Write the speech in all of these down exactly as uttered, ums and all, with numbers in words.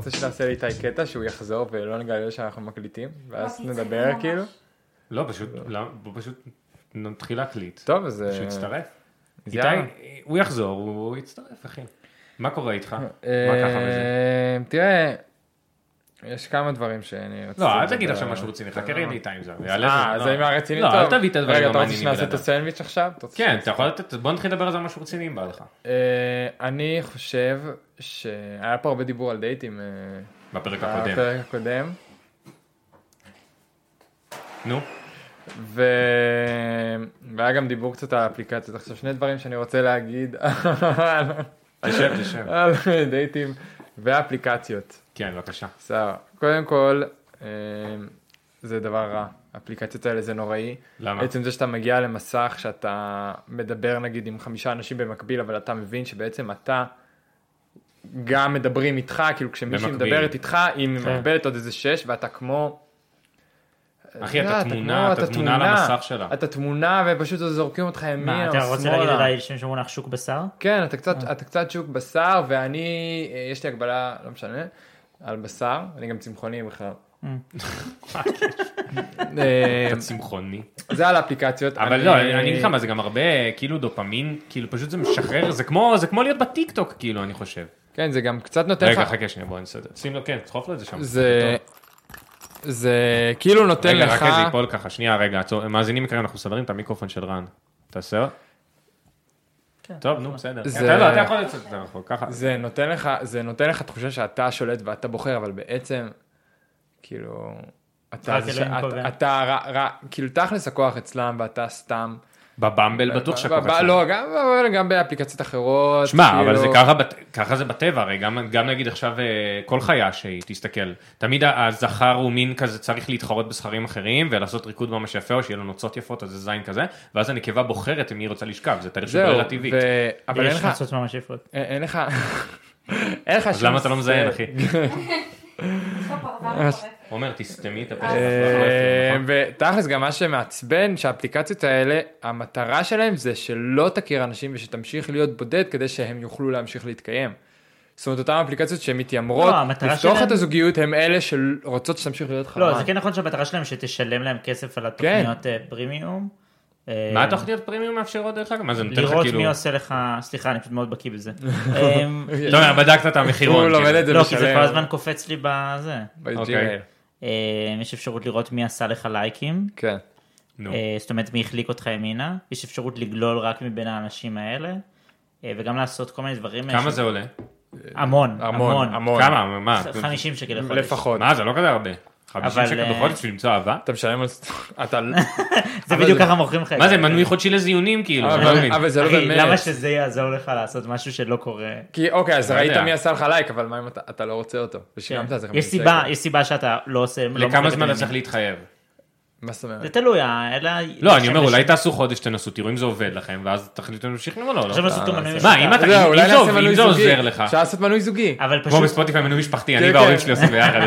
רוצה שנעשה לי איתי קטע שהוא יחזור ולא נגלה שאנחנו מקליטים, ואז נדבר כאילו? לא, פשוט, בוא פשוט נתחיל להקליט. טוב, אז... שהוא יצטרף. איתי, הוא יחזור, הוא יצטרף, אחי. מה קורה איתך? מה ככה וזה? תראה, יש כמה דברים שאני רוצה... לא, אל תגיד עכשיו משהו רציני, חכה לי איתי עם זה. אה, זה עם הרציני טוב. לא, אל תביא את הדברים. רגע, אתה רוצה שנעשה את הסנדוויץ' עכשיו? כן, אתה יכול לתת, בוא נתחיל לדבר על זה משהו רציני אם בא לך. אני חושב שהיה פה הרבה דיבור על דייטים. בפרק הקודם. בפרק הקודם. נו. והיה גם דיבור קצת על האפליקציות. עכשיו, שני דברים שאני רוצה להגיד תשב, תשב. על דייטים ואפליקציות. כן, בבקשה. בסדר. קודם כל, זה דבר רע. האפליקציות האלה זה נוראי. למה? בעצם זה שאתה מגיע למסך, שאתה מדבר נגיד עם חמישה אנשים במקביל, אבל אתה מבין שבעצם אתה גם מדברים איתך, כאילו כשמישהי מדברת איתך, היא מקבלת עוד איזה שש, ואתה כמו... אחי, אתה תמונה, אתה תמונה על המסך שלה. אתה תמונה ופשוט זורקים אותך ימינה או שמאלה. מה, אתה רוצה להגיד אליי שהם שאומרים לך שוק בשר? כן, אתה קצת שוק בשר, ואני, יש לי הגבלה, לא משנה, על בשר, אני גם צמחוני בכלל. אתה צמחוני. זה על האפליקציות. אבל לא, אני אגיד לך מה, זה גם הרבה כאילו דופמין, כאילו פשוט זה משחרר, זה כמו להיות בטיק טוק, כאילו, אני חושב. כן, זה גם קצת נותן לך... רגע, חכה שנייה, בוא נסדר. שים לו, כן, תחוף לו את זה שם. זה... זה כאילו נותן לך... רגע, רק איזה ייפול ככה, שנייה, רגע, מאזינים יקרים, אנחנו סדרים את המיקרופון של רן. תעשה? טוב, נו, בסדר. אתה יכול לצאת את הרחוב, ככה. זה נותן לך תחושה שאתה שולט ואתה בוחר, אבל בעצם, כאילו, אתה, כאילו, תכלס הכוח אצלם ואתה סתם... בבמבל בטוח שהכוח אצלם. לא, גם באפליקציות אחרות. שמע, אבל ככה זה בטבע, הרי גם נגיד עכשיו כל חיה שהיא תסתכל, תמיד הזכר הוא מין כזה צריך להתחרות בסכרים אחרים ולעשות ריקוד ממש יפה או שיהיה לו נוצות יפות, אז זה זין כזה, ואז הנקבה בוחרת אם היא רוצה לשכב, זה תהליך של ברירה טבעית. אבל אין לך... יש נוצות ממש יפות. אין לך... אין לך... אז למה אתה לא מזיין, אחי? הוא אומר, תסתמי את הפסק. ותכלס גם מה שמעצבן, שהאפליקציות האלה, המטרה שלהם זה שלא תכיר אנשים ושתמשיך להיות בודד, כדי שהם יוכלו להמשיך להתקיים. זאת אומרת, אותן אפליקציות שהן מתיימרות, לפתוח את הזוגיות, הם אלה שרוצות שתמשיך להיות חמה. לא, זה כן נכון שהמטרה שלהם שתשלם להם כסף על התוכניות פרימיום. מה התוכניות פרימיום מאפשרות דרך אגב? מה זה נותן לך לראות כאילו... מי עושה לך, סליחה, אני פשוט מאוד בקיא בזה. לא, בדקת את המחירון. הוא לומד את זה לא, כי זה כל הזמן קופץ לי בזה. בג'ימייל. יש אפשרות לראות מי עשה לך לייקים. כן. זאת אומרת, מי החליק אותך ימינה. יש אפשרות לגלול רק מבין האנשים האלה. וגם לעשות כל מיני דברים. כמה זה עולה? המון, המון. כמה? מה? חמישים שקל לחודש. לפחות. מה, זה לא כזה הרבה. חמישים שקל בחודש בשביל למצוא אהבה? אתה משלם על... זה בדיוק ככה מוכרים לך. מה זה, מנוי חודשי לזיונים כאילו? אבל זה לא באמת. למה שזה יעזור לך לעשות משהו שלא קורה? כי אוקיי, אז ראית מי עשה לך לייק, אבל מה אם אתה לא רוצה אותו? יש סיבה שאתה לא עושה... לכמה זמן אתה צריך להתחייב? מה זאת אומרת? זה תלוי, לא, אני אומר, אולי תעשו חודש, תנסו, תראו אם זה עובד לכם, ואז תחליטו להמשיך או לא. עכשיו לעשות מנוי משפטי. מה, אם זה עוזר לך. אפשר לעשות מנוי זוגי. כמו בספוטיפיי מנוי משפחתי, אני וההורים שלי עושים ביחד.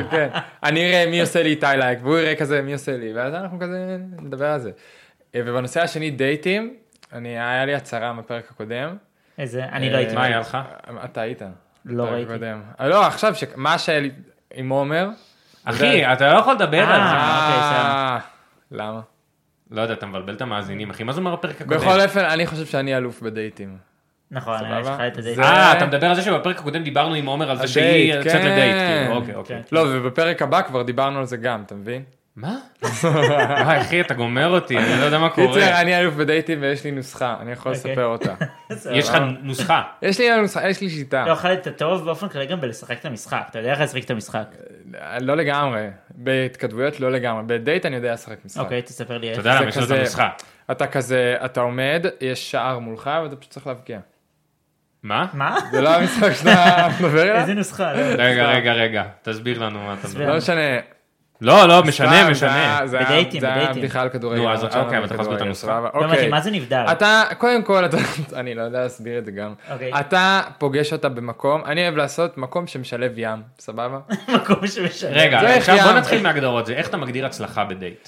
אני אראה מי עושה לי איתי לייק, והוא יראה כזה מי עושה לי, ואז אנחנו כזה נדבר על זה. ובנושא השני, דייטים, היה לי הצהרה בפרק הקודם. איזה? אני לא הייתי. מה היה לך? אתה היית. לא ראיתי. לא, עכשיו, מה עם עומר... אחי, אתה לא יכול לדבר על זה. אה, למה? לא יודע, אתה מבלבל את המאזינים, אחי, מה זה אומר בפרק הקודם? בכל אופן, אני חושב שאני אלוף בדייטים. נכון, יש לך את הדייט. אה, אתה מדבר על זה שבפרק הקודם דיברנו עם עומר על זה שהיא יוצאת לדייט, כאילו, אוקיי, אוקיי. לא, ובפרק הבא כבר דיברנו על זה גם, אתה מבין? מה? מה, אחי, אתה גומר אותי, אני לא יודע מה קורה. קיצר, אני אלוף בדייטים ויש לי נוסחה, אני יכול לספר אותה. יש לך נוסחה? יש לי נוסחה, יש לי שיטה. לא, חלד, אתה טוב באופן כללי גם בלשחק את המשחק, אתה יודע איך לשחק את המשחק? לא לגמרי, בהתכתבויות לא לגמרי, בדייט אני יודע לשחק משחק. אוקיי, תספר לי איך. אתה יודע למה יש לו את הנוסחה. אתה כזה, אתה עומד, יש שער מולך ואתה פשוט צריך להבקיע. מה? מה? זה לא המשחק שאתה מדבר אליו? איזה נוסחה? רגע, רגע, רגע, תסביר לנו מה אתה מדבר. לא משנה. לא, לא, משנה, משנה. בדייטים, זה היה בדייטים. בדיחה על כדורגל. נו, אז אוקיי, אבל אתה יכול להסביר את הנוסחה. לא, מה זה נבדל? אתה, קודם כל, אני לא יודע להסביר את זה גם. אתה פוגש אותה במקום, אני אוהב לעשות מקום שמשלב ים, סבבה? מקום שמשלב. רגע, עכשיו בוא נתחיל מהגדרות זה, איך אתה מגדיר הצלחה בדייט?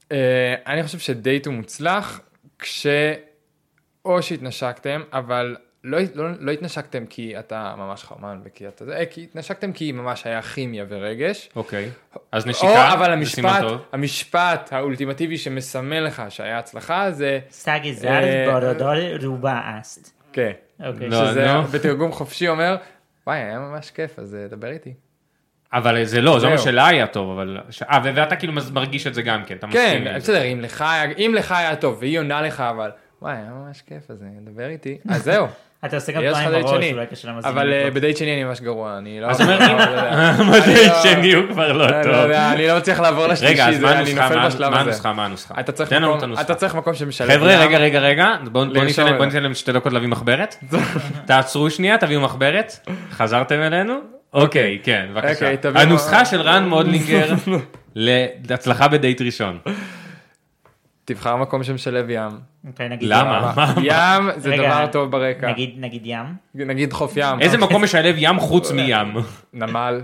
אני חושב שדייט הוא מוצלח, כש... או שהתנשקתם, אבל לא, לא, לא התנשקתם כי אתה ממש חרמן וכי אתה זה, כי התנשקתם כי ממש היה כימיה ורגש. אוקיי. אז או, נשיקה, אבל זה המשפט, סימן טוב. המשפט האולטימטיבי שמסמל לך שהיה הצלחה זה, סגי זארס אה, בורודור רובה אסט. כן, אוקיי. לא, שזה נו. בתרגום חופשי אומר, וואי, היה ממש כיף, אז אה, דבר איתי. אבל זה לא, זה אומר זהו. שלה היה טוב, אבל... ש- אה, ו- ואתה כאילו מרגיש את זה גם כן, אתה מסכים כן, עם זה. בסדר, אם לך היה, אם לך היה טוב והיא עונה לך, אבל, וואי, היה ממש כיף, אז אה, דבר איתי, אז זהו. אתה עושה גם יש תנועה לך עם דייט הראש, שני, אולי קשה למזינים. אבל אה, לבדוק. בדייט שני אני ממש גרוע, אני לא... אז אומר, אני לא יודע. בדייט לא- שני הוא כבר לא אני לא טוב. יודע, אני לא מצליח לעבור לשלישי, רגע, אז זה- מה אני הנוסחה? נופל מה- בשלב מה הזה. הנוסחה? מה הנוסחה? אתה צריך תן לנו מקום- את הנוסחה. אתה צריך מקום שמשלב. חבר'ה, ים. רגע, רגע, רגע, בואו לרשום ניתן עליו. בוא ניתן להם שתי דקות להביא מחברת. תעצרו שנייה, תביאו מחברת. חזרתם אלינו? אוקיי, כן, בבקשה. אוקיי, תביאו- הנוסחה של רן מודלינגר להצלחה בדייט ראשון. תבחר מקום שמשלב ים. אוקיי, נגיד למה? מה? ים זה רגע, דבר טוב ברקע. נגיד, נגיד ים. נגיד חוף ים. איזה מקום משלב ים חוץ מים? נמל.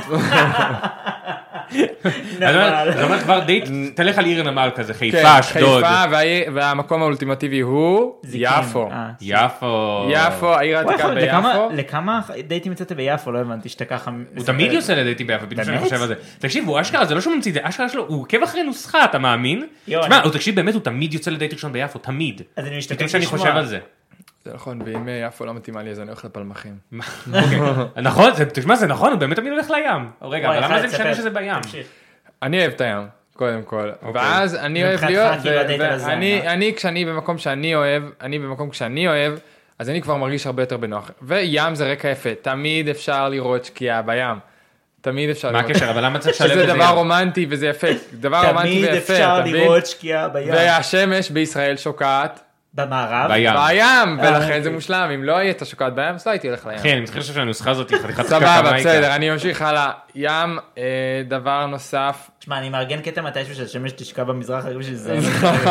זה אומר כבר דייט, תלך על עיר נמל כזה, כן, חיפה, אשדוד. חיפה, והעיר- והמקום האולטימטיבי הוא זיקים. יפו. אה, יפו. יפו, העיר וואי, העתיקה לכמה- ביפו. לכמה דייטים יצאת ביפו? לא הבנתי שאתה ככה... הוא תמיד עושה לדייטים ביפו, בדיוק שאני באמת? חושב על זה. תקשיב, הוא אשכרה, זה לא שהוא ממציא את זה, אשכרה שלו, הוא עוקב אחרי נוסחה, אתה מאמין? יואו, תשמע, אני- הוא תקשיב, באמת, הוא תמיד יוצא לדייט ראשון ביפו, תמיד. אז אני משתתף פתאום שאני לשמוע. חושב על זה. זה נכון, ואם אה, יפו לא מתאימה לי אז אני הולך לפלמחים. אוקיי. נכון, זה- תשמע, זה נכון, הוא באמת תמיד הולך לים. רגע, וואי, אבל למה אחד, זה משנה תספר. שזה בים? תמשיך. אני אוהב את הים, קודם כל. אוקיי. ואז אני אוהב מבחינתך להיות, כאילו הדייט על הזין, ואני אה? אני כשאני במקום שאני אוהב, אני במקום כשאני אוהב, אז אני כבר מרגיש הרבה יותר בנוח. וים זה רקע יפה, תמיד אפשר לראות שקיעה בים. תמיד אפשר מה לראות. הקשר? אבל למה צריך לשלב שזה את זה? דבר ים? רומנטי וזה יפה. דבר רומנטי תמיד ויפה, אפשר אתה מבין? לראות שקיעה בים. והשמש בישראל שוקעת במערב? בים. בים, ולכן אוקיי. זה מושלם. אם לא הייתה שוקעת בים, אז לא הייתי הולך לים. כן, אני מתחיל לחשוב שהנוסחה הזאת היא חתיכת סבבה, קקמייקה. בסדר, אני ממשיך הלאה. ים, אה, דבר נוסף. תשמע, אני מארגן קטע מתישהו שהשמש תשקע במזרח, רק בשביל זה.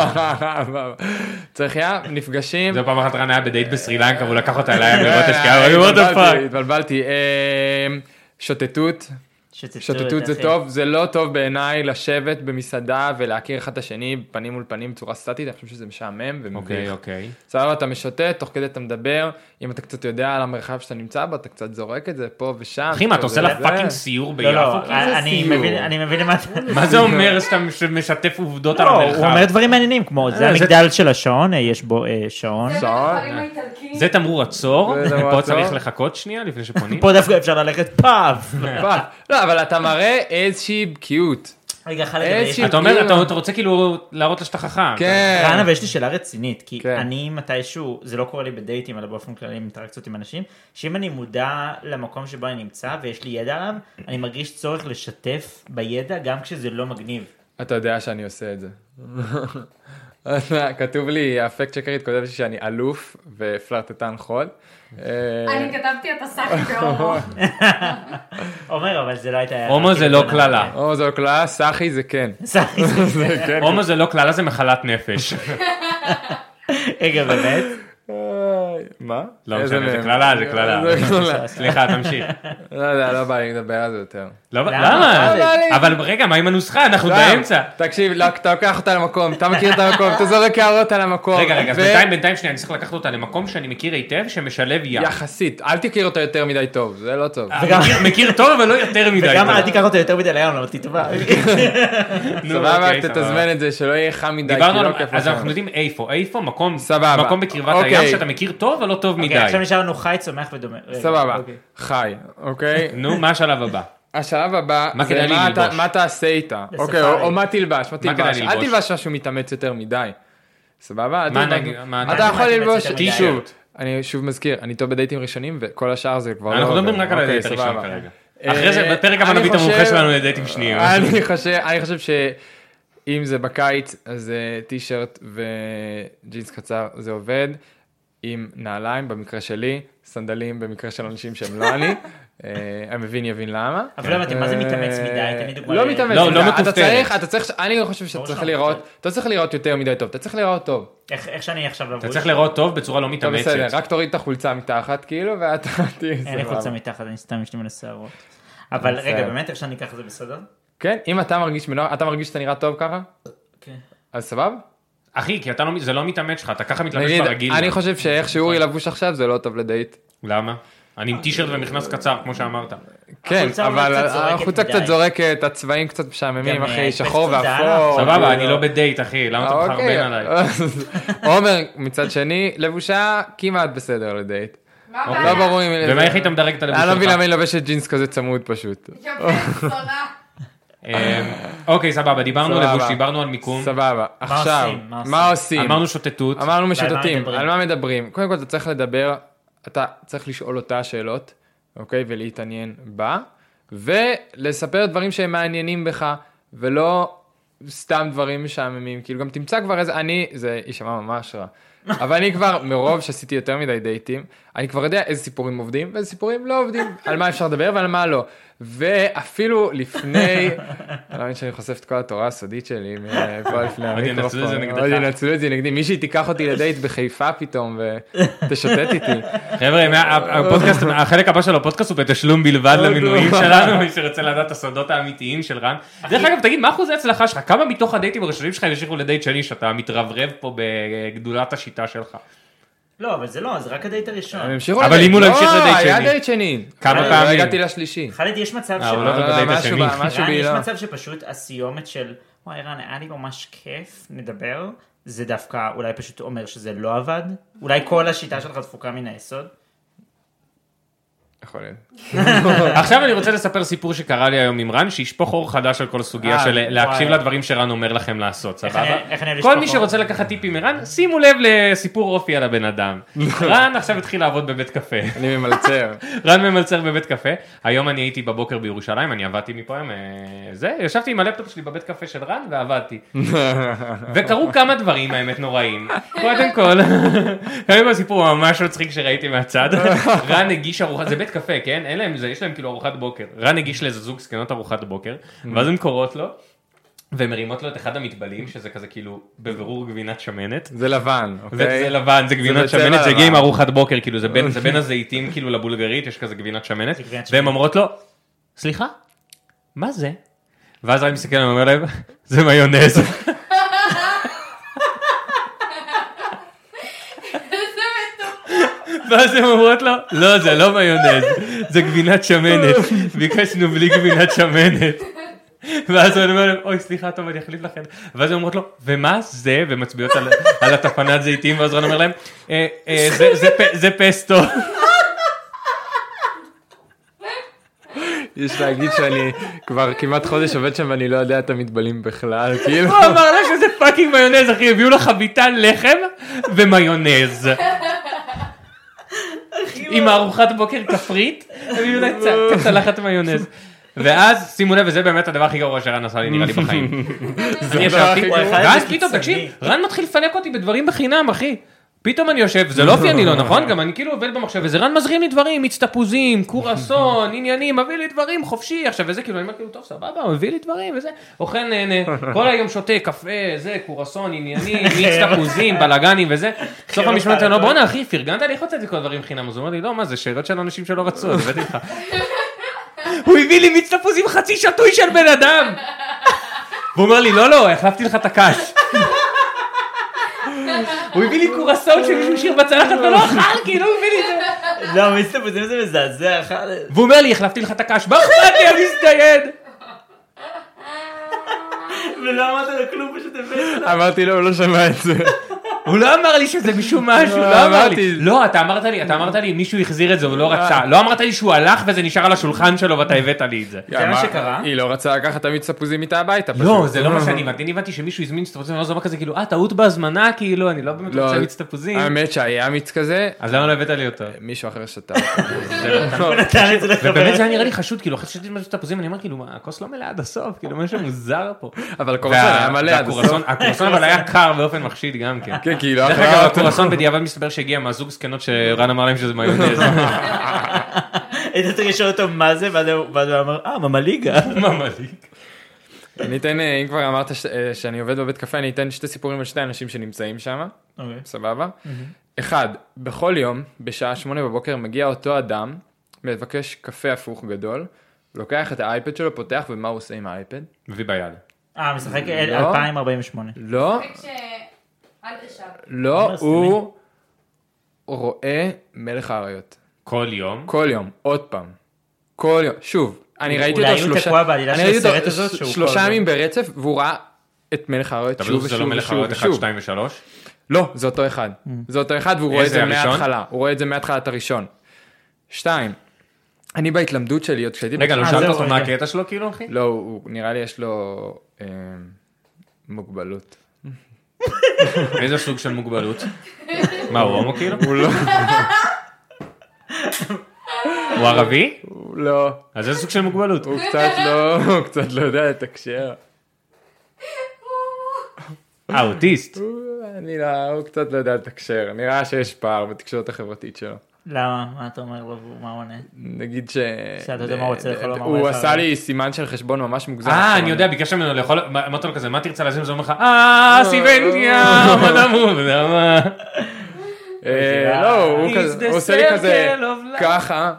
צריך ים, נפגשים. זו פעם אחת רן היה בדייט בסרי לנקה, והוא לקח אותה אליי לראות את אה, השקיעה, הוא אמר, what the התבלבלתי, fuck. התבלבלתי. אה, שוטטות, שתצאו שוטטות את זה אחי. טוב, זה לא טוב בעיניי לשבת במסעדה ולהכיר אחד את השני פנים מול פנים בצורה סטטית, אני חושב שזה משעמם אוקיי, ומביך. אוקיי. סבבה, אתה משוטט, תוך כדי אתה מדבר, אם אתה קצת יודע על המרחב שאתה נמצא בו, אתה קצת זורק את זה פה ושם. אחי, מה, אתה עושה לה זה- פאקינג סיור לא, לא, ביפו? איזה אני סיור? מבין- אני מבין למה... מה זה אומר שאתה משתף עובדות על לא, המרחב? הוא אומר דברים מעניינים, כמו זה אה, זה- המגדל של השעון, אה, יש בו אה, שעון. זה שעון. בית החולים האיטלקי. זה תמרור עצור, זה תמרור פה עצור. צריך לחכות שנייה לפני שפונים. פה דווקא אפשר ללכת פאב. פאק. לא, אבל אתה מראה איזושהי בקיאות. רגע, חלק, איזושהי- אתה אומר, כאילו- אתה אתה רוצה כאילו להראות לה שאתה חכם. כן. רענה, ויש לי שאלה רצינית, כי כן. אני מתישהו, זה לא קורה לי בדייטים, אלא באופן כללי עם אינטראקציות עם אנשים, שאם אני מודע למקום שבו אני נמצא ויש לי ידע עליו, אני מרגיש צורך לשתף בידע גם כשזה לא מגניב. אתה יודע שאני עושה את זה. כתוב לי, הפקט שקרית כותב לי שאני אלוף ופלרטטן חול. אני כתבתי את הסאקי בהומו. עומר, אבל זה לא הייתה... הומו זה לא קללה. או זו קללה, סחי זה כן. סחי, זה- כן. הומו זה לא קללה, זה מחלת נפש. רגע, באמת? איי, מה? לא איזה משנה, זה מהם? קללה, זה קללה. זה קללה. סליחה, תמשיך. לא יודע, לא בא לי לדבר על זה יותר. לא, למה? למה? לא בא לי. אבל רגע, מה עם הנוסחה? אנחנו לא, באמצע. תקשיב, לא, אתה לוקח אותה למקום, אתה מכיר את המקום, אתה זורק הערות על המקום. רגע, רגע, אז ו- בינתיים, בינתיים שנייה, אני צריך לקחת אותה למקום שאני מכיר היטב, שמשלב ים. יחסית, אל תכיר אותו יותר מדי טוב, זה לא טוב. אה, מכיר- מכיר טוב, אבל לא יותר מדי. וגם טוב. אל תיקח אותו יותר מדי לים, לא אותי טובה. נו, סבבה, אוקיי, תתזמן את זה, שלא יהיה חם מדי, כי דיברנו לא על... כיף אז לכם. אנחנו יודעים איפה, איפה, מקום סבבה. מקום בקרבת אוקיי. הים שאתה מכיר טוב, אבל לא טוב מדי. אוקיי, עכשיו נשאר לנו חי, צומח ודומה. רגע, סבבה, אוקיי. חי, אוקיי? נו, מה השלב הבא? השלב הבא, מה זה כדאי לי מה אתה- ללבוש? מה תעשה איתה, לספארי. אוקיי, או או מה תלבש, מה כדאי תלבש, ללבוש? אל תלבש משהו מתאמץ יותר מדי, סבבה? אל מה תלבש- נגיד- מה אתה נגיד? יכול מה ללבוש, מתאמץ יותר שוב, מדי? אני שוב מזכיר, אני טוב בדייטים ראשונים וכל השאר זה כבר לא... אנחנו עובד. מדברים רק על אוקיי, הדייט הראשון סבבה. כרגע. אה, אחרי זה, בפרק הבא אני נביא את המומחה חושב- שלנו לדייטים שניים. אני חושב, אני חושב שאם זה בקיץ, אז אה, טי-שירט וג'ינס קצר זה עובד, עם נעליים במקרה שלי, סנדלים במקרה של אנשים שהם לא אני, אה, המבין יבין למה. אבל לא הבנתי, מה זה מתאמץ מדי? תן לי דוגמה לא ל- מתאמץ לא, מדי, לא אתה מכופתרת. צריך, אתה צריך, אני חושב שאתה ברור צריך שאני לראות, חושב. אתה צריך לראות יותר מדי טוב, אתה צריך לראות טוב. איך איך שאני עכשיו לבוש? אתה צריך לראות טוב בצורה לא טוב מתאמצת. בסדר, רק תוריד את החולצה מתחת כאילו, ואתה תהיה אין לי סבבה. חולצה מתחת, אני סתם יש לי מלא שערות. אבל בסדר. רגע, באמת, איך שאני אקח את זה בסדר? כן, אם אתה מרגיש בנוח, אתה מרגיש שאתה נראה טוב ככה, כן. אז סבבה? אחי, כי אתה לא, זה לא מתאמץ שלך, אתה ככה מתלבש נגיד, ברגיל. אני חושב שאיך שאורי לבוש עכשיו זה לא טוב לדייט. למה? אני עם טישרט ומכנס קצר, כמו שאמרת. כן, החולצה אולי אבל קצת זורקת החולצה מדי. קצת זורקת, הצבעים קצת משעממים, גם, אחי, אה, שחור פסטות ואפור. סבבה, אני לא בדייט, אחי, למה אתה אוקיי. מחרבן עליי? עומר, מצד שני, לבושה כמעט בסדר לדייט. מה לא הבעיה? ברור אם... ומה איך היית מדרג את הלבוש אני לא מבין שלך? למה היא לובשת ג'ינס כזה צמוד פשוט. יפה, שונא. אמ, אוקיי, סבבה, דיברנו סבבה. לבוש, דיברנו על מיקום, סבבה, עכשיו, עושים? מה מה עושים? אמרנו שוטטות, אמרנו ועל מה משוטטים, מדברים? על מה מדברים? קודם כל אתה צריך לדבר, אתה צריך לשאול אותה שאלות, אוקיי? ולהתעניין בה, ולספר דברים שהם מעניינים בך, ולא סתם דברים משעממים, כאילו גם תמצא כבר איזה, אני, זה יישמע ממש רע, אבל אני כבר, מרוב שעשיתי יותר מדי דייטים, אני כבר יודע איזה סיפורים עובדים, ואיזה סיפורים לא עובדים, על מה אפשר לדבר ועל מה לא. ואפילו לפני, אני לא מבין שאני חושף את כל התורה הסודית שלי, פה לפני עוד ינצלו את זה נגדך. עוד ינצלו את זה נגדי, מישהי תיקח אותי לדייט בחיפה פתאום, ותשוטט איתי. חבר'ה, מה- הפודקאסט, החלק הבא של הפודקאסט הוא בתשלום בלבד למנויים שלנו, מי שרוצה לדעת את הסודות האמיתיים של רן. דרך אגב, תגיד, מה אחוז ההצלחה שלך? כמה מתוך הדייטים הראשונים שלך ימשיכו לדייט שני, שאתה מתרברב פה בגדולת השיטה שלך? לא, אבל זה לא, זה רק הדייט הראשון. הם המשיכו אבל לדייט. אם הוא לא המשיך לדייט היה שני. דייט שני. כמה לא פעמים? הגעתי לשלישי. חלד, יש מצב אה, הוא לא ש... בדייט משהו השני. ב- משהו רן, יש בעילה. מצב שפשוט הסיומת של, וואי רן, היה לי ממש כיף, נדבר, זה דווקא אולי פשוט אומר שזה לא עבד, אולי כל השיטה שלך דפוקה מן היסוד. יכול להיות. עכשיו אני רוצה לספר סיפור שקרה לי היום עם רן, שישפוך אור חדש על כל הסוגיה אה, של להקשיב וואי. לדברים שרן אומר לכם לעשות, איך סבבה? אני- איך אני אוהב כל לשפוך מי אור? שרוצה לקחת טיפים מרן, שימו לב לסיפור אופי על הבן אדם. רן עכשיו התחיל לעבוד בבית קפה. אני ממלצר. רן ממלצר בבית קפה, היום אני הייתי בבוקר בירושלים, אני עבדתי מפה היום, אה, זה, ישבתי עם הלפטופ שלי בבית קפה של רן ועבדתי. וקרו כמה דברים האמת נוראים. קודם כל, קודם כל סיפור ממש מצחיק שראיתי מהצד, רן הגיש ארוחה, זה בית קפה, כן? אין להם זה, יש להם כאילו ארוחת בוקר. רן הגיש לאיזה זוג זקנות ארוחת בוקר, ואז הן קוראות לו, ומרימות לו את אחד המטבלים, שזה כזה כאילו בבירור גבינת שמנת. זה לבן, זה אוקיי? זה לבן, זה גבינת בצבע שמנת, זה לבן. הגיע עם ארוחת בוקר, כאילו זה בין, זה בין הזיתים כאילו לבולגרית, יש כזה גבינת שמנת, זה גבינת והן שמנת. אומרות לו, סליחה, מה זה? ואז אני מסתכל, אני אומר להם, זה מיונז. ואז הן אומרות לו, לא, זה לא מיונז, זה גבינת שמנת, ביקשנו בלי גבינת שמנת. ואז הוא אומר להם, אוי סליחה, טוב, אני אחליף לכם. ואז הן אומרות לו, ומה זה? ומצביעות על, על התפנת זיתים, ואז הוא אומר להם, "אה, אה, זה, זה, פ- זה פסטו. יש להגיד שאני כבר כמעט חודש עובד שם ואני לא יודע את המטבלים בכלל, כאילו. הוא אמר לה שזה פאקינג מיונז, אחי, הביאו לה חביתה לחם ומיונז. עם הארוחת בוקר כפרית, הביאו לה צ- צלחת מיונז. ואז, שימו לב, וזה באמת הדבר הכי גרוע שרן עשה לי, נראה לי בחיים. אני ישבתי, הוא אחד ואז זה פתאום, קיצוני. תקשיב, רן מתחיל לפנק אותי בדברים בחינם, אחי. פתאום אני יושב, זה לא אופייני לו, נכון? גם אני כאילו עובד במחשב, וזה רן מזרים לי דברים, מיץ תפוזים, קורסון, עניינים, מביא לי דברים, חופשי, עכשיו וזה, כאילו, אני אומר כאילו, טוב, סבבה, הוא מביא לי דברים, וזה, אוכל נהנה, כל היום שותה קפה, זה, קורסון, עניינים, מיץ תפוזים, בלאגנים וזה, בסוף המשמעת אני לא, בואנה אחי, פרגנת לי, איך הוצאתי כל הדברים חינם, אז הוא אומר לי, לא, מה זה, שאלות של אנשים שלא רצו, אז הבאתי לך. הוא הביא לי מיץ תפוזים חצי שטוי של בן אדם. והוא אומר לי, לא, לא, החלפתי לך את הקש. הוא הביא לי קורסון שמישהו השאיר בצלחת ולא אכל, כאילו הוא הביא לי את זה. לא, מסתפוזים זה מזעזע. אחד- והוא אומר לי, החלפתי לך את הקש, מה אכפת לי, אני אסתייד. ולא אמרת לו כלום, פשוט הבאת לו. אמרתי לו, הוא לא שמע את זה. הוא לא אמר לי שזה משום משהו, לא, לא אמר לי. אמרתי. לא, אתה אמרת לי, אתה אמרת לי, מישהו החזיר את זה, הוא לא רצה. לא אמרת לי שהוא הלך וזה נשאר על השולחן שלו ואתה הבאת לי את זה. זה מה שקרה? היא לא רצה לקחת את המיץ תפוזים איתה הביתה. לא, פשוט. זה לא מה שאני הבנתי, אני הבנתי שמישהו הזמין מיץ תפוזים, אני לא זוכר כזה, כאילו, אה, טעות בהזמנה, כאילו, אני לא באמת לא, רוצה מיץ תפוזים. האמת שהיה מיץ כזה, אז למה לא הבאת לי אותו? מישהו אחר שתה. הוא נתן את זה לחבר. ובאמת זה היה נראה לי חשוד, כאילו, אחרי ששתיתי מיץ תפוזים, אני אומר, כאילו, מה, הכוס לא מלאה עד הסוף, כאילו, משהו מוזר פה. אבל הקורסון היה מלא עד הסוף. והקורסון- הקורסון אבל היה קר באופן מחשיד גם כן. כן, כאילו, דרך אחרי אגב, אותו. הקורסון בדיעבד מסתבר שהגיע מהזוג זקנות שרן אמר להם שזה מיונז. היית צריך לשאול אותו מה זה, ואז הוא ואז הוא אמר, אה, ממליגה. ממליג. אני אתן, אה, אם כבר אמרת ש- אה, שאני עובד בבית קפה, אני אתן שתי סיפורים על שתי אנשים שנמצאים שם, סבבה? אחד, בכל יום, בשעה שמונה בבוקר, מגיע אותו אדם, מבקש קפה הפוך גדול, לוקח את האייפד שלו, פותח, ומה הוא עושה עם האייפד? מביא ביד. אה, משחק לא. אלפיים ארבעים ושמונה. לא, ש... אל תשב. לא, הוא רואה מלך האריות. כל יום. כל יום, עוד פעם. כל יום, שוב. אני ראיתי אולי אותו הוא שלושה... תקוע בעלילה אני של ראיתי הסרט אותו הזאת שהוא שלושה כל ימים ברצף, והוא ראה את מלך האריות שוב זה לא ושוב מלך ושוב האריות אחד, ושוב. שתיים ושלוש? לא, זה אותו אחד. זה אותו אחד, והוא רואה את זה איזה הראשון? מההתחלה. הוא רואה את זה מההתחלת הראשון. שתיים. אני בהתלמדות שלי, עוד כשהייתי... רגע, לא אה, שאלת זהו, אותו מה רגע. הקטע שלו כאילו, אחי? לא, הוא נראה לי יש לו אה, מוגבלות. איזה סוג של מוגבלות? מה, הוא הומו כאילו? הוא לא, הוא ערבי? הוא לא, אז איזה סוג של מוגבלות? הוא קצת לא, הוא קצת לא יודע לתקשר. אה, אוטיסט. הוא- אני לא, הוא קצת לא יודע לתקשר. נראה שיש פער בתקשורת החברתית שלו. למה? מה אתה אומר לו? מה הוא עונה? נגיד ש... שאתה יודע מה הוא רוצה לאכול, מה הוא הוא יכול עשה לאכול. לי סימן של חשבון ממש מוגזם. אה, עכשיו אני יודע, ביקשת ממנו לאכול, אמרת לו כזה, מה תרצה להזין? זה אומר לך, אה, סיבנטיה, מה דמו, אתה יודע מה? אה, לא, הוא He's כזה, the הוא עושה לי כזה circle of life. ככה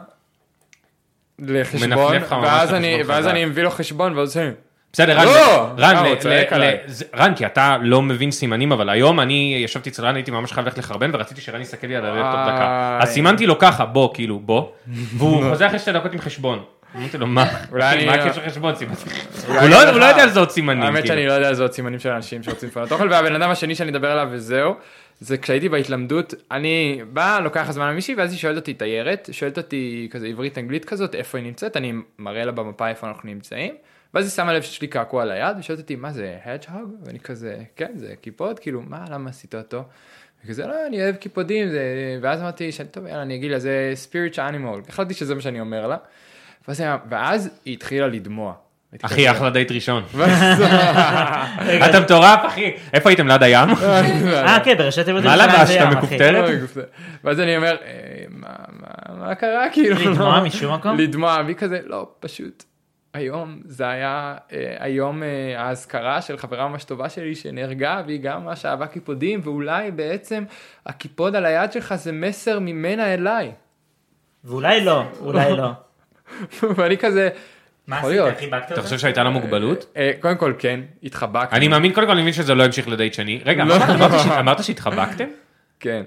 לחשבון, מנפנף לך ממש ואז על אני- חשבון ואז חזק. אני מביא לו חשבון, ואז עושה... בסדר, רן, לא! רן, אה, ל- הוא צועק ל- עליי. ל- זה- רן, כי אתה לא מבין סימנים, אבל היום אני ישבתי אצל רן, הייתי ממש חייב ללכת לחרבן, ורציתי שרן יסתכל לי על הלפטופ דקה. איי. אז סימנתי לו ככה, בוא, כאילו, בוא, והוא חוזר אחרי שתי דקות עם חשבון. אמרתי לו, מה? אולי אחי, אני- מה הקשר חשבון? סימנתי. אולי הוא אני לא- לך- הוא לא יודע לזהות סימנים. האמת כאילו. שאני לא יודע לזהות סימנים של אנשים שרוצים לפנות אוכל, והבן אדם השני שאני אדבר עליו וזהו, זה כשהייתי בהתלמדות, אני בא, לוקח הזמן למישהי, ואז היא שואלת אותי תיירת, שואלת אותי כזה עברית אנגלית כזאת, איפה היא נמצאת, אני מראה לה במפה איפה אנחנו נמצאים, ואז היא שמה לב שיש לי קעקוע על היד, ושואלת אותי, מה זה, hedgehog? ואני כזה, כן, זה קיפוד, כאילו, מה, למה עשית אותו? וכזה, לא, אני אוהב קיפודים, זה... ואז אמרתי, שאני טוב, יאללה, אני אגיד לה, זה spirit animal, החלטתי שזה מה שאני אומר לה, ואז, ואז היא התחילה לדמוע. אחי, אחלה דייט ראשון. ואז- אתה מטורף, אחי. איפה הייתם ליד הים? אה, כן, בראשי תיבות מה ירושלים לבשת, זה ים, אחי. מכופתרת? ואז אני אומר, "אה, מה- מה- מה קרה כאילו? לדמוע לא?" משום מקום? לדמוע, והיא כזה, לא, פשוט. היום זה היה אה, היום אה, האזכרה של חברה ממש טובה שלי שנהרגה, והיא גם ממש אהבה קיפודים, ואולי בעצם הקיפוד על היד שלך זה מסר ממנה אליי. ואולי לא, אולי לא. ואני כזה, מה יכול עשית? להיות. חיבקת אתה אותה? חושב שהייתה לה מוגבלות? אה, קודם כל כן, התחבקנו. אני מאמין, קודם כל אני מבין שזה לא המשיך לדייט שני. רגע, לא. אמרת- אמרת ש- אמרת שהתחבקתם? כן.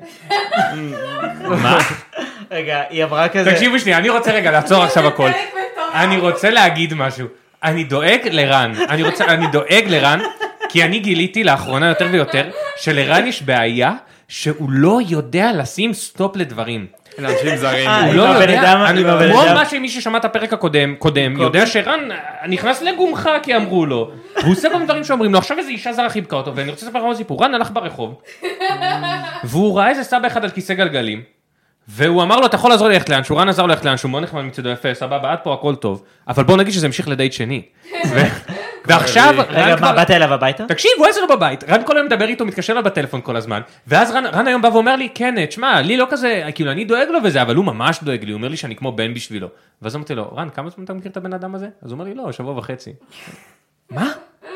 מה? רגע, היא אמרה כזה... תקשיבו שנייה, אני רוצה רגע לעצור עכשיו הכל. חלק מטורף. אני רוצה להגיד משהו. אני דואג לרן, אני רוצה, אני דואג לרן, כי אני גיליתי לאחרונה יותר ויותר, שלרן יש בעיה שהוא לא יודע לשים סטופ לדברים. לאנשים זרים. אה, הוא עם לא הבן יודע, אדם- אני- עם הבן כמו אדם. מה שמי ששמע את הפרק הקודם, קודם, יודע שרן נכנס לגומך כי אמרו לו, והוא עושה כל מיני דברים שאומרים לו, עכשיו איזה אישה זרה חיבקה אותו, ואני רוצה לספר לך סיפור, רן הלך ברחוב, והוא ראה איזה סבא אחד על כיסא גלגלים, והוא אמר לו, אתה יכול לעזור לי ללכת לאנשהו, רן עזר לו ללכת לאנשהו, מאוד נחמד מצדו, יפה, סבבה, עד פה הכל טוב, אבל בוא נגיד שזה המשיך לדייט שני. ו- ועכשיו, רגע, רן מה, כבר... באת אליו הביתה? תקשיב, הוא אצלו בבית, רן כל היום מדבר איתו, מתקשר לו בטלפון כל הזמן, ואז רן, רן היום בא ואומר לי, כן, תשמע, לי לא כזה, כאילו, אני דואג לו וזה, אבל הוא ממש דואג לי, הוא אומר לי שאני כמו בן בשבילו. ואז אמרתי לו, רן, כמה זמן אתה מכיר את הבן אדם הזה? אז הוא אומר לי, לא, שבוע וחצי. מה?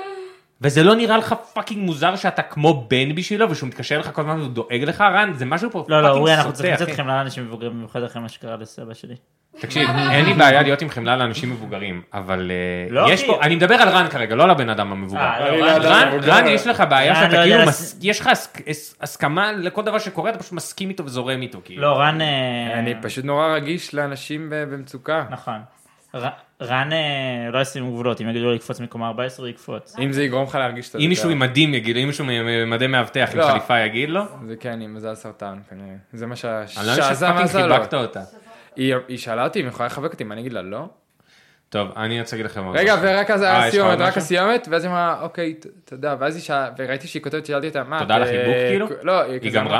וזה לא נראה לך פאקינג מוזר שאתה כמו בן בשבילו, ושהוא מתקשר לך כל הזמן והוא דואג לך, רן, זה משהו פה לא, לא, פאקינג אורי, אנחנו סוטה, צריכים לצאת אחי. חמלה לאנשים מבוגרים, במיוחד אחרי מה שקרה לסבא שלי. תקשיב, אין לי בעיה להיות עם חמלה לאנשים מבוגרים, אבל אה, לא, יש אחי. פה, אני מדבר על רן כרגע, לא על הבן אדם המבוגר. אה, אני לא, לא רן, יודע. רן, מבוגר. רן, יש לך בעיה רן, שאתה לא כאילו, יודע מס- לס- יש לך הס- הס- הסכמה לכל דבר שקורה, אתה פשוט מסכים איתו וזורם איתו, כאילו. לא, רן... אה, אני פשוט נורא רגיש לאנשים ב- במצוקה. נכון. ר- רן אה, לא ישים גבולות, אם יגידו לו לקפוץ מקומה ארבע עשרה, הוא יקפוץ. אם זה יגרום לך להרגיש קצת אם מישהו יותר. עם מדים יגיד לו, אם מישהו ממדי מאבטח עם לא. חליפה יגיד לו, זה כן, עם מזל סרטן כנראה. זה מה אני לא שהזם יודע שפאקינג עשה לו. חיבקת אותה. היא היא שאלה אותי אם היא יכולה לחבק אותי, מה אני אגיד לה לא? טוב, אני רוצה להגיד לכם עוד רגע, משהו. ורק אז אה, היה יש לך הסיומת, עוד רק משהו? הסיומת, ואז היא אמרה, אוקיי, ת- תודה, ואז היא שאלה, וראיתי שהיא כותבת, שאלתי אותה, מה? תודה על את, החיבוק, אה, כאילו? לא, היא כזה גמרה? אמרה-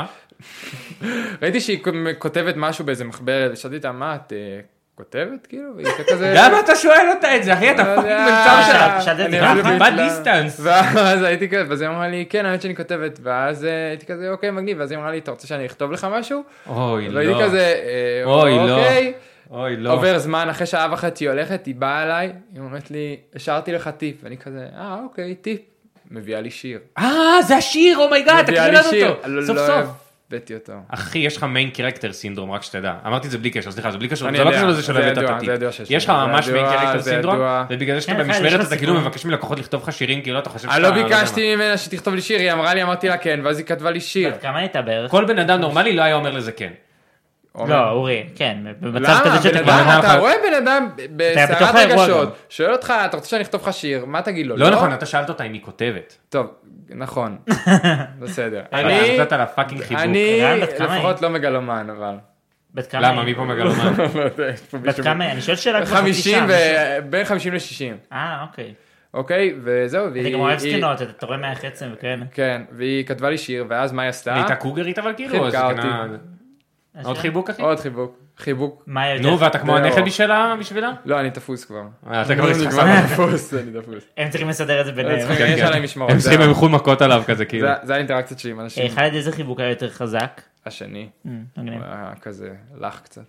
ראיתי שהיא כותבת משהו באיזה מחברת, ושאלתי אותה, מה, את אה, כותבת, כאילו? והיא הייתה כזה... למה אתה שואל אותה את זה, אחי? אתה לא פאקינג יודע. מלצר שלה. שאלת את אני זה אפילו ככה? טיפה בהתלה- דיסטנס. ואז הייתי כזה, ואז היא אמרה לי, כן, האמת שאני כותבת, ואז אה, הייתי כזה, אוקיי, מגניב, ואז היא אמרה לי, אתה רוצה שאני אכתוב לך משהו? אוי, והייתי לא. כזה, אה, אוי, לא. אוקיי. אוי, לא. עובר זמן, אחרי שעה וחצי היא הולכת, היא באה אליי, היא אומרת לי, השארתי לך טיפ, ואני כזה, אה, אוקיי, טיפ. מביאה לי שיר. אה, זה השיר, אומייגאד, מביאה תקריא לי לנו שיר. אותו. לא- סוף לא סוף. אוהב. הבאתי אותו. אחי, יש לך מיין קרקטר סינדרום, רק שתדע. אמרתי את זה בלי קשר, סליחה, זה בלי קשר, אני זה לא יודע, קשור לזה שלא זה הבאת ידוע, את זה ידוע הטיפ. שיש יש לך לי. ממש זה מיין ידוע, קרקטר זה סינדרום, ידוע. ובגלל זה שאתה כן, יש במשמרת לך אתה כאילו סיפור. מבקש מלקוחות לכתוב לך שירים, כאילו אתה חושב אני לא ביקשתי ממנה שתכתוב לי שיר, היא אמרה לי, אמרתי לה כן, ואז היא כתבה לי שיר. בת כמה הייתה בערך? כל בן אדם נורמלי לא היה אומר לזה כן. לא, אורי, כן, במצב למה? כזה שאתה בן כבר... אדם, נותן אתה לך- רואה בן אדם בסערת בתוך האירוע גם. רגשות, שואל אותך, אתה רוצה שאני אכתוב לך שיר, מה תגיד לו? לא נכון, אתה שאלת אותה אם היא כותבת. טוב, נכון, בסדר. אני... אני, נתת לה פאקינג חיבוק. אני רן, בת כמה לפחות לא מגלומן, אבל. בת כמה למה, היא? מי פה מגלומן? לא יודע, יש פה בת מישהו- כמה היא? אני שואל שאלה כבר חצי חמישים שעה. ו... בין חמישים ל-שישים, אה, אוקיי. אוקיי? וזהו, אתה והיא... גם אוהב היא- סצנות, אתה תורם מהחצם וכאלה. כן, והיא כתבה לי שיר, ואז מה היא עשתה? היא הייתה קוגרית אבל כאילו? חיבקה זה אותי. כנה- עוד חיבוק אחי? עוד חיבוק, חיבוק. מה היא יותר? נו, ואתה כמו זה הנכד אור. בשבילה? בשבילה? לא, אני תפוס כבר. אה, אתה כבר אני התחסנת. כבר תפוס, אני תפוס. הם צריכים לסדר את זה ביניהם. צריכים- כן, יש כן. עליי משמרות. הם זה צריכים ה- הם מכות עליו כזה כאילו. זה- זה האינטראקציות שלי עם אה, אנשים. חלד, איזה חיבוק היה יותר חזק? השני, אה, מגניב. היה כזה, לך קצת.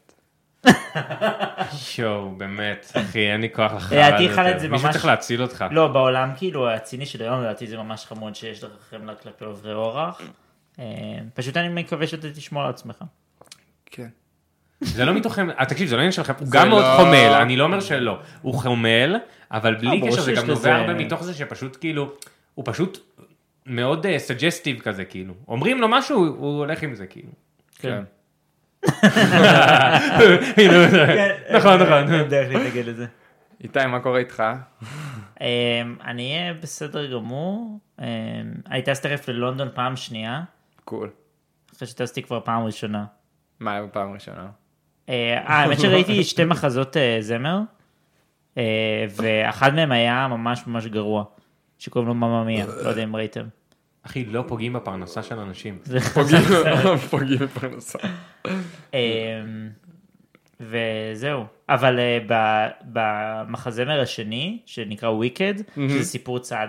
שואו, באמת, אחי, אין לי כוח לחרא. לדעתי יותר. חלד זה מישהו ממש- צריך להציל אותך. לא, בעולם כאילו הציני של היום, לדעתי זה ממש חמוד שיש לך חמלה כלפי עוברי אורח. אה, פשוט אני מקווה שאתה תשמור על עצמך. כן. זה לא מתוך חמלה, תקשיב, זה לא עניין שלכם, הוא זה גם מאוד לא- חומל, אני לא אומר שלא. הוא חומל, אבל בלי ברור קשר זה שיש גם לזה- נובע הרבה מתוך זה שפשוט כאילו, הוא פשוט מאוד סג'סטיב כזה כאילו. אומרים לו משהו, הוא הולך עם זה כאילו. כן. נכון, נכון. אין דרך להתנגד לזה. איתי, מה קורה איתך? אמ, אני אהיה בסדר גמור. אמ, אני טס תכף ללונדון פעם שנייה, קול. אחרי שטסתי כבר פעם ראשונה. מה היה בפעם ראשונה? אה, האמת שראיתי שתי מחזות אה, זמר, אה, ואחד מהם היה ממש ממש גרוע, שקוראים לו ממא מיה, לא יודע אם ראיתם. אחי, לא פוגעים בפרנסה של אנשים. זה פוגעים פוגעים בפרנסה. אמ, וזהו, אבל אה, ב- במחזמר השני, שנקרא וויקד, שזה סיפור צד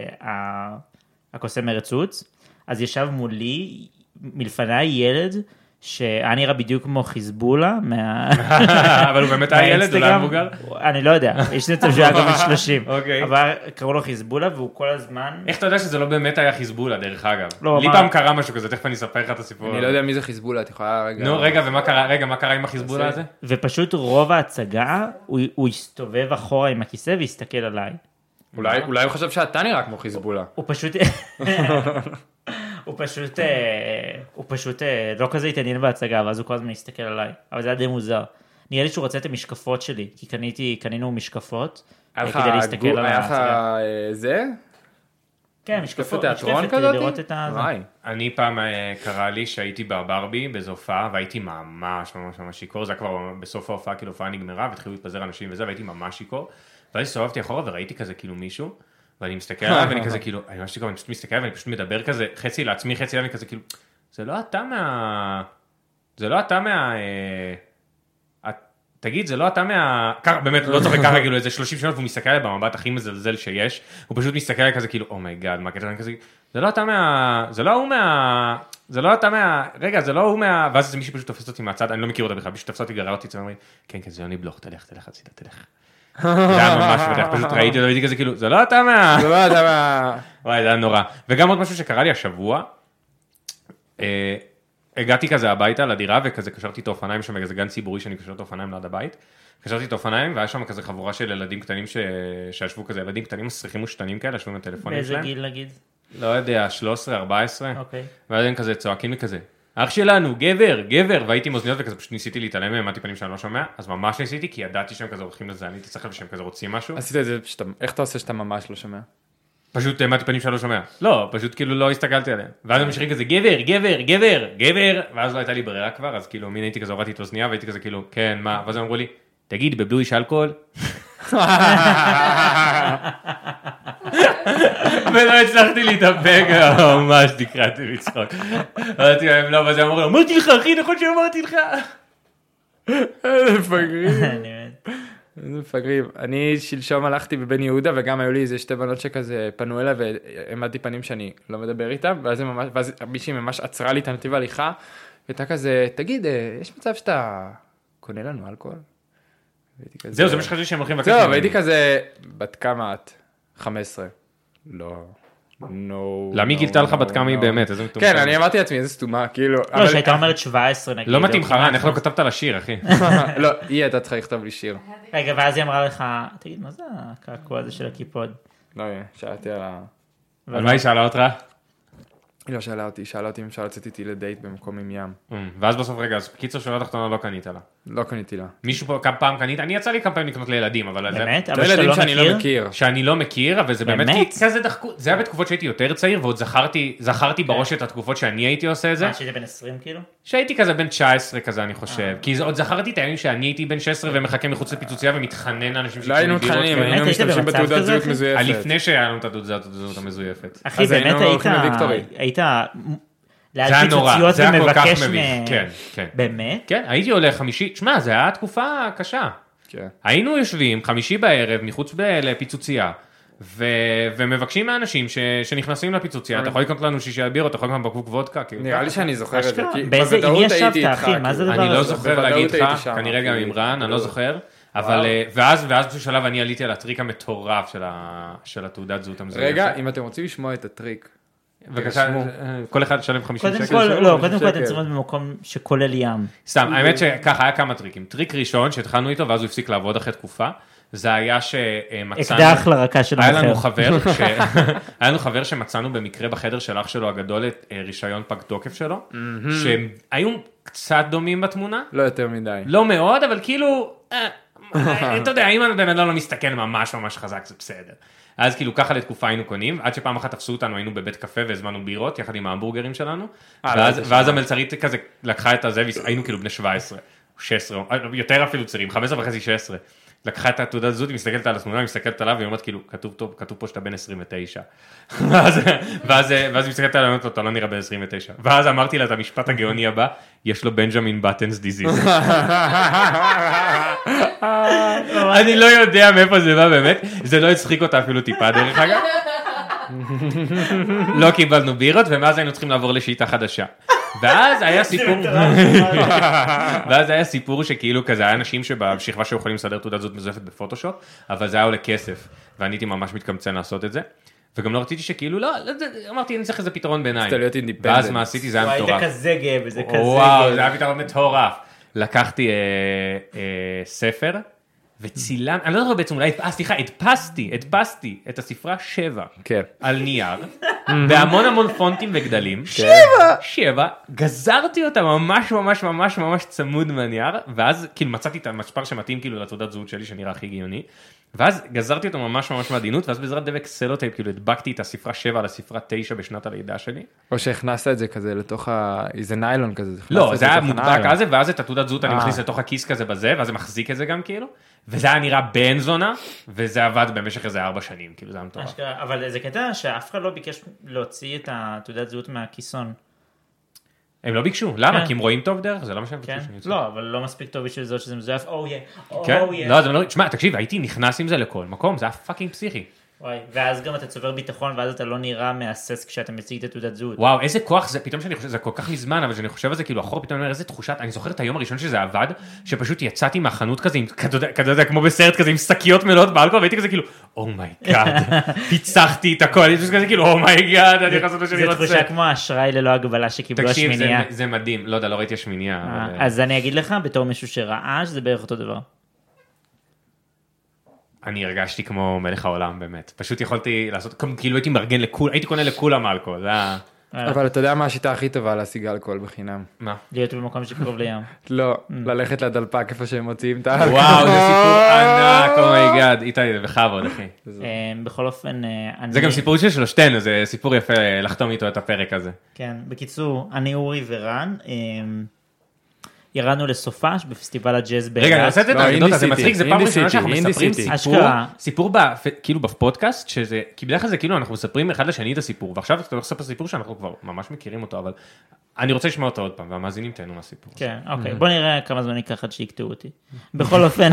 לקוסם מרצוץ, אז ישב מולי, מלפניי ילד, שהיה נראה בדיוק כמו חיזבולה, מה... אבל הוא באמת היה ילד, הוא לא היה מהאינסטגרם. מבוגר? אני לא יודע, יש נצב שהוא היה גם בן שלושים, אוקיי. אבל קראו לו חיזבולה והוא כל הזמן... איך אתה יודע שזה לא באמת היה חיזבולה, דרך אגב? לא, לי מה- פעם קרה משהו כזה, תכף אני אספר לך את הסיפור. אני לא יודע מי זה חיזבאללה, את יכולה רגע... נו, רגע, ומה קרה? רגע, מה קרה עם החיזבולה הזה? ופשוט רוב ההצגה, הוא, הוא הסתובב אחורה עם הכיסא והסתכל עליי. אולי אולי הוא חשב שאתה נראה כמו חיזבאללה. הוא פשוט... הוא פשוט, אה, הוא פשוט אה, לא כזה התעניין בהצגה, ואז הוא כל הזמן הסתכל עליי. אבל זה היה די מוזר. נראה לי שהוא רצה את המשקפות שלי, כי קניתי, קנינו משקפות, היה אה, לך כדי להסתכל גו- על היה לך ההצגה. אה, זה? כן, משקפת משקפות, תיאטרון משקפת כדי כזאת? לראות את ה... וואי. אני פעם אה, קרה לי שהייתי בברבי באיזו הופעה והייתי ממש ממש ממש שיכור, זה היה כבר בסוף ההופעה, כאילו הופעה נגמרה והתחילו להתפזר אנשים וזה והייתי ממש שיכור, ואז הסתובבתי אחורה וראיתי כזה כאילו מישהו, ואני מסתכל עליו ואני כזה כאילו, אני ממש שיכור, אני פשוט מסתכל ואני פשוט מדבר כזה חצי לעצמי, חצי לעצמי כזה כאילו, זה לא אתה מה... זה לא אתה מה... אה, את- תגיד, זה לא אתה מה... ככה, באמת, לא צוחק ככה, כאילו, איזה שלושים שנות, והוא מסתכל עליי במבט הכי מזלזל שיש, הוא פשוט מסתכל עליי כזה, כאילו, אומייגאד, מה הקטע, אני כזה, זה לא אתה מה... זה לא הוא מה... זה לא אתה מה... רגע, זה לא הוא מה... ואז איזה מישהו פשוט תופס אותי מהצד, אני לא מכיר אותה בכלל, מישהו תפס אותי, גרר אותי, ואומר, כן, כן, זה יוני בלוך, תלך, תלך, הצידה, תלך. זה היה ממש בטח, פשוט ראיתי אותו, והייתי כזה, כאילו, זה לא אתה מה... זה לא אתה מה... וואי, זה היה נורא. וגם עוד משהו שקרה לי השבוע, אה, הגעתי כזה הביתה לדירה, וכזה קשרתי את האופניים שם, איזה גן ציבורי שאני קשר את האופניים ליד הבית. קשרתי את האופניים, והיה שם כזה חבורה של ילדים קטנים ש... שישבו כזה, ילדים קטנים מסריחים ושתנים כאלה, ישבו עם הטלפונים באיזה שלהם. גיל נגיד? לא יודע, שלוש עשרה, ארבע עשרה. אוקיי. ואז הם כזה צועקים לי כזה, אח שלנו, גבר, גבר, והייתי עם אוזניות וכזה פשוט ניסיתי להתעלם מהם, אמרתי פנים שאני לא שומע, אז ממש ניסיתי, כי ידעתי שהם כזה הולכים לזה, אני הייתי צריך שהם כזה רוצים משהו. עשית את זה, שאתה- איך אתה עושה שאתה ממש לא שומע? פשוט העמדתי פנים שאני לא שומע. לא, פשוט כאילו לא הסתכלתי עליהם. ואז הם ממשיכים כזה, גבר, גבר, גבר, גבר, ואז לא הייתה לי ברירה כבר, אז כאילו מין הייתי כזה, הורדתי את אוזנייה, והייתי כזה כאילו, כן, מה, ואז הם אמרו לי, תגיד, בבלו יש אלכוהול? ולא הצלחתי להתאפק, ממש נקרעתי לצחוק. אמרתי להם, לא, ואז הם אמרו לו, אמרתי לך, אחי, נכון שאמרתי לך. איזה מפגרים. אני מת. איזה מפגרים. אני שלשום הלכתי בבן יהודה, וגם היו לי איזה שתי בנות שכזה פנו אליי, והעמדתי פנים שאני לא מדבר איתם, ואז, ממש, ואז מישהי ממש עצרה לי את הנתיב ההליכה, והייתה כזה, תגיד, יש מצב שאתה קונה לנו אלכוהול? והייתי כזה- זהו, זה מה שחשבתי שהם הולכים לבקש. זהו, ממני. והייתי כזה, בת כמה את? חמש עשרה. לא. נו. למי גילתה לך בת כמה היא באמת? כן, אני אמרתי לעצמי איזה סתומה, כאילו... לא, שהייתה אומרת שבע עשרה נגיד. לא מתאים לך רן, איך לא כתבת לה שיר, אחי? לא, היא הייתה צריכה לכתוב לי שיר. רגע, ואז היא אמרה לך, תגיד, מה זה הקעקוע הזה של הקיפוד? לא, שאלתי על ה... על מה היא שאלה אותך? היא לא שאלה אותי, היא שאלה אותי אם אפשר לצאת איתי לדייט במקום עם ים. ואז בסוף רגע, אז קיצור שורה תחתונה לא קנית לה. לא קניתי לה. מישהו פה כמה פעם קנית? אני יצא לי כמה פעמים לקנות לילדים, אבל... באמת? לא אבל שאתה ילדים לא שאני לא מכיר? מכיר. שאני לא מכיר, אבל זה באמת, באמת? כי כזה דחקו, זה היה בתקופות שהייתי יותר צעיר, ועוד זכרתי, זכרתי בראש את התקופות שאני הייתי עושה את זה, מה, שהיית בן עשרים כאילו? שהייתי כזה בן תשע עשרה כזה אני חושב, כי זה- עוד זכרתי את הימים שאני הייתי בן שש עשרה ומחכה מחוץ לפיצוצייה ומתחנן לאנשים לא היינו שיקנו לי מתחננים, בירות, היינו באמת, היית משתמשים במצב בתעודת כזה, זהות אחי? מזויפת. לפני שהיה לנו את התעודת זהות המזויפת. אחי, אז היינו באמת היית... הולכים לוויקטורי. היית... זה היה ליד נורא, פיצוציות זה היה כל כך ומבקש מביך, מ... כן, כן. באמת? כן, הייתי הולך חמישי, תשמע, זה היה תקופה קשה. כן. היינו יושבים חמישי בערב מחוץ ב- לפיצוצייה, ו- ומבקשים מאנשים ש- שנכנסים לפיצוצייה, אתה יכול לקנות לנו שישה בירות, אתה יכול לקנות בקבוק וודקה, כאילו, נראה לי שאני זוכר את זה. אשכרה, כי באיזה- עם בוודאות מי ישבת, הייתי איתך, אחי? מה זה כאילו. הדבר אני לא הזה? זוכר בוודאות להגיד הייתי לך, שם, כנראה גם כאילו. עם רן, אני לא זוכר, אבל אה, ואז ואז בשלב אני עליתי על הטריק המטורף של ה- של התעודת זהות המזויפת. רגע, אם אתם רוצים לשמוע את הטריק, בבקשה, תרשמו. אה, כל אחד ישלם חמישים קודם שקל. כל, שקל, לא, חמישים קודם כל אתם שקל. צריכים להיות במקום שכולל ים. סתם, האמת שככה, היה כמה טריקים. טריק ראשון שהתחלנו איתו, ואז הוא הפסיק לעבוד אחרי תקופה, זה היה שמצאנו... אקדח לרקה של היה לנו המוכר. חבר, ש... היה לנו חבר שמצאנו במקרה בחדר של אח שלו הגדול את אה, רישיון פג תוקף שלו, שהיו קצת דומים בתמונה, לא יותר מדי. לא מאוד, אבל כאילו, אה, אה, אתה יודע, אם הבן אדם לא מסתכל ממש ממש חזק, זה בסדר. אז כאילו ככה לתקופה היינו קונים, עד שפעם אחת תפסו אותנו, היינו בבית קפה והזמנו בירות, יחד עם ההמבורגרים שלנו, אה, לא, ואז, זה ואז שמע. המלצרית כזה לקחה את הזה, היינו כאילו בני שבע עשרה, שש עשרה, יותר אפילו צעירים, חמש עשרה וחצי, שש עשרה. לקחה את התעודת זהות, היא מסתכלת על התמונה, היא מסתכלת עליו, והיא אומרת כאילו, כתוב טוב, כתוב פה שאתה בן עשרים ותשע. ואז, ואז, ואז היא מסתכלת עליו, אתה לא נראה בן עשרים ותשע. ואז אמרתי לה את המשפט הגאוני הבא, יש לו בנג'מין בטנס דיזיז. אני לא יודע מאיפה זה בא באמת, זה לא הצחיק אותה אפילו טיפה דרך אגב. לא קיבלנו בירות, ומאז היינו צריכים לעבור לשיטה חדשה. ואז היה סיפור, ואז היה סיפור שכאילו כזה, היה אנשים שבשכבה שיכולים לסדר תעודת זהות מזויפת בפוטושופ, אבל זה היה עולה כסף, ואני הייתי ממש מתקמצן לעשות את זה, וגם לא רציתי שכאילו, לא, לא, אמרתי, אני צריך איזה פתרון ביניים. רצית להיות אינדיפנדנט. ואז מה עשיתי, זה היה וואי, מטורף. זה כזה גאה, זה כזה וואו, גאה. זה היה פתרון מטורף. לקחתי אה, אה, ספר, וצילם, אני לא זוכר בעצם, אולי, אה, סליחה, הדפסתי, הדפסתי את הספרה שבע, כן. על נייר, בהמון המון פונטים וגדלים. שבע! שבע, גזרתי אותה ממש ממש ממש ממש צמוד מהנייר, ואז כאילו מצאתי את המספר שמתאים כאילו לתעודת זהות שלי, שנראה הכי הגיוני, ואז גזרתי אותו ממש ממש בעדינות, ואז בעזרת דבק סלוטייפ, כאילו הדבקתי את הספרה שבע על הספרה תשע בשנת הלידה שלי. או שהכנסת את זה כזה לתוך ה... איזה ניילון כזה. הכנסת לא, את זה היה לתוך מודבק הניילון. על זה, ואז את התעודת זהות אני אה. מכניס לתוך הכיס כזה בזה, ואז זה מחזיק את זה גם כאילו, וזה היה נראה בן זונה, וזה עבד במשך איזה ארבע שנים, כאילו זה היה מטורף. אשכרה, אבל זה קטע שאף אחד לא ביקש להוציא את התעודת זהות מהכיסון. הם לא ביקשו, למה? כן. כי הם רואים טוב דרך, זה לא מה שהם כן? ביקשו שאני אוציא. לא, אבל לא מספיק טוב בשביל זאת שזה מזויף. או יא, כן? או יא. לא, זה לא, תשמע, תקשיב, הייתי נכנס עם זה לכל מקום, זה היה פאקינג פסיכי. וואי, ואז גם אתה צובר ביטחון, ואז אתה לא נראה מהסס כשאתה מציג את התעודת זהות. וואו, איזה כוח זה, פתאום שאני חושב, זה כל כך מזמן, אבל כשאני חושב על זה כאילו אחורה, פתאום אני אומר, איזה תחושת, אני זוכר את היום הראשון שזה עבד, שפשוט יצאתי מהחנות כזה, עם, כזה, כזה, כמו בסרט כזה, עם שקיות מלאות באלכוהול, והייתי כזה כאילו, אומייגאד, פיצחתי את הכל, הייתי כזה כאילו, אומייגאד, אני חושב שאני זה רוצה. תחושה כמו האשראי ללא הגבלה שקיבלו תקשיב, זה, השמינייה. זה מדהים, לא יודע, לא ראיתי השמינייה. אה, אבל... אז אני אגיד לך, בתור מישהו שראה, שזה בערך אותו דבר. אני הרגשתי כמו מלך העולם באמת, פשוט יכולתי לעשות, כאילו הייתי מארגן לכול, הייתי קונה לכולם אלכוהול, זה היה... אבל אתה יודע מה השיטה הכי טובה להשיג אלכוהול בחינם? מה? להיות במקום שקרוב לים. לא, ללכת לדלפק איפה שהם מוציאים את האלכוהול. וואו, זה סיפור ענק, אומייגאד, איתי, זה בכבוד, אחי. אה, בכל אופן, אה, אני... זה גם סיפור של שלושתנו, זה סיפור יפה לחתום איתו את הפרק הזה. כן, בקיצור, אני אורי ורן, אה, ירדנו לסופש בפסטיבל הג'אז באילת. רגע, אני רוצה לתת את לא, האנקדוטה, זה אינדי מצחיק, זה סיטי, פעם אינדי ראשונה סיטי, שאנחנו אינדי מספרים סיטי. סיפור, אשכרה. סיפור ב- כאילו בפודקאסט, שזה, כי בדרך כלל זה כאילו אנחנו מספרים אחד לשני את הסיפור, ועכשיו אתה הולך לספר סיפור שאנחנו כבר ממש מכירים אותו, אבל אני רוצה לשמוע אותו עוד פעם, והמאזינים תהנו מהסיפור. כן, אוקיי, בוא נראה כמה זמן ייקח עד שיקטעו אותי. בכל אופן,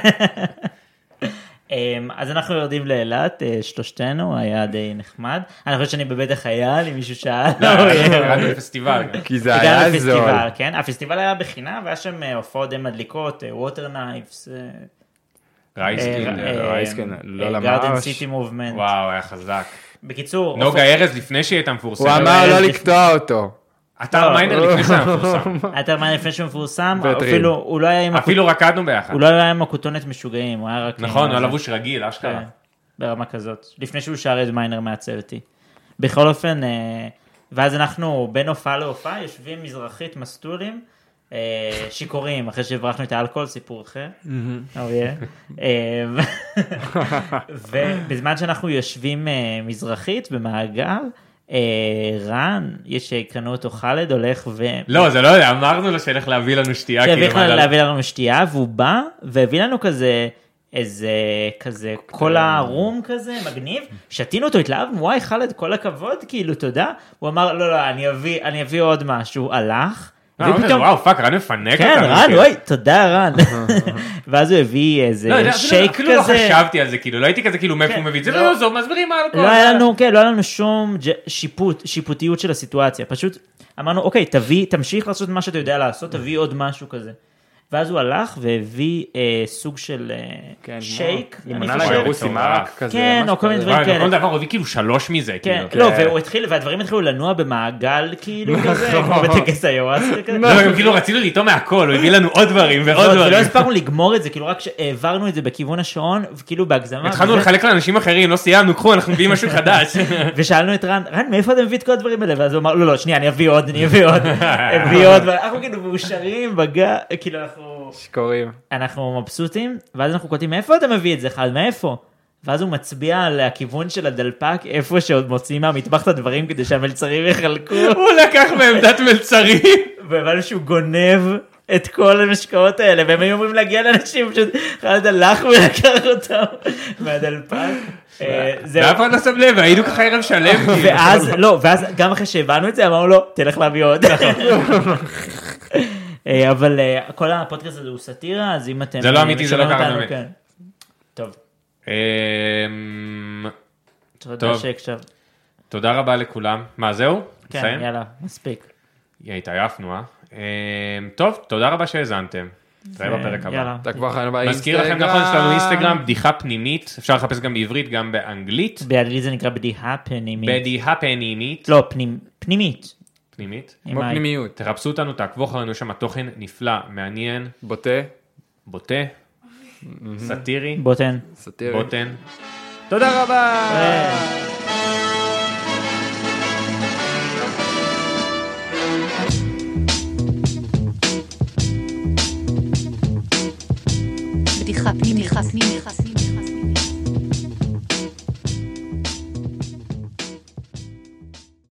אמ, אז אנחנו יורדים לאילת, אה, שלושתנו, היה די נחמד. אני חושב שאני בבית החייל, אם מישהו שאל. ירדנו לפסטיבל. כי זה הגענו היה זול. לפסטיבל, כן? הפסטיבל היה בחינם, והיה שם אה, הופעות די מדליקות, ווטר נייפס, רייסקין, רייסקין, לא גארדן למש. סיטי מובמנט. וואו, היה חזק. בקיצור, נוגה ארז לפני שהיא הייתה מפורסמת. הוא אמר לא לקטוע אותו. אתר מיינדר לפני שזה היה מפורסם. אתר מיינדר לפני שהוא מפורסם, בטרין. אפילו הוא לא היה עם אפילו רקדנו ביחד. הוא לא היה עם הכותונת משוגעים, הוא היה רק... נכון, הוא זה. לבוש רגיל, אשכרה. כן, ברמה כזאת, לפני שהוא שר את מיינר מהצלתי. בכל אופן, אה, ואז אנחנו בין הופעה להופעה, יושבים מזרחית מסטולים, אה, שיכורים, אחרי שהברחנו את האלכוהול, סיפור אחר. אויה. ובזמן שאנחנו יושבים אה, מזרחית במעגל, אה, רן, יש שקראנו אותו חלד, הולך ו... לא, זה לא יודע, אמרנו לו שילך להביא לנו שתייה. שהביא כאילו, מה, לנו להביא לנו שתייה, והוא בא, והביא לנו כזה... איזה כזה קולה רום כזה מגניב, שתינו אותו, התלהבנו, וואי חלד כל הכבוד, כאילו תודה, הוא אמר לא לא אני אביא, אני אביא עוד משהו, הלך, אה, ופתאום, וואו פאק, רן מפנק כן אותנו. רן, וואי תודה רן, ואז הוא הביא איזה לא, שייק אפילו לא כזה, חשבתי על זה, כאילו, לא הייתי כזה, כאילו, מאיפה הוא מביא את זה, לא, זו מסבירים מה לא היה לנו, כן, לא היה לנו שום שיפוט, שיפוטיות של הסיטואציה, פשוט אמרנו אוקיי, תביא, תמשיך לעשות מה שאתה יודע לעשות, תביא עוד משהו כזה. ואז הוא הלך והביא אה, סוג של אה, כן, שייק. עם אני מננה חושב. רוסי מרק כזה. כן, משהו או כל מיני כזה. דברים וואי, כאלה. כל דבר הוא הביא כאילו שלוש מזה, כן, כאילו. לא, והוא התחיל, והדברים התחילו לנוע במעגל, כאילו כזה, כמו בטקס היואסקה כזה. לא, גם כאילו רצינו לאיתו מהכל, הוא הביא לנו עוד דברים ועוד ולא דברים. הספקנו לגמור את זה, כאילו רק שהעברנו את זה בכיוון השעון, וכאילו בהגזמה. התחלנו וזה- לחלק לאנשים אחרים, לא סיימנו, קחו, אנחנו מביאים משהו חדש. ושאלנו את רן, רן, מאיפה אתה מביא את כל הדברים האלה? ואז הוא אמר, לא, לא, שנייה, אני אביא עוד, אני אביא עוד, אביא עוד, ואנחנו כאילו מאושרים בגע, כאילו אנחנו... שקורים. אנחנו מבסוטים, ואז אנחנו כותבים, מאיפה אתה מביא את זה, חל, מאיפה? ואז הוא מצביע על הכיוון של הדלפק, איפה שעוד מוציאים מהמטבח את הדברים, כדי שהמלצרים יחלקו, הוא לקח מעמדת מלצרים. והבנו שהוא גונב את כל המשקאות האלה, והם היו אומרים להגיע לאנשים, פשוט חלד הלך ולקח אותם מהדלפק. אה, זהו. ואף אחד לא שם לב, היינו ככה ערב שלם. כאילו. ואז, לא, ואז גם אחרי שהבנו את זה, אמרנו לו, תלך להביא עוד. אה, אבל אה, כל הפודקאסט הזה הוא סאטירה, אז אם אתם... זה לא אמיתי, זה לא שומעים קרה אותנו, באמת. כן. טוב, אמ, תודה טוב. שהקשב. תודה רבה לכולם. מה, זהו? כן, נסיים? יאללה, מספיק. התעייפנו, אה? אמ, טוב, תודה רבה שהאזנתם. נתראה בפרק הבא. יאללה. תעקבו אחרינו באינסטגרם. מזכיר לכם, נכון, יש לנו אינסטגרם, בדיחה פנימית, אפשר לחפש גם בעברית, גם באנגלית. באנגלית זה נקרא בדיחה פנימית. בדיחה פנימית. לא, פנימ- פנימית. פנימית. עם כמו ה- פנימיות. תחפשו אותנו, תעקבו אחרינו, יש שם תוכן נפלא, מעניין, בוטה. בוטה, סאטירי, בוטן. סאטירי. בוטן. תודה רבה! בדיחה פנימית, בדיחה פנימית.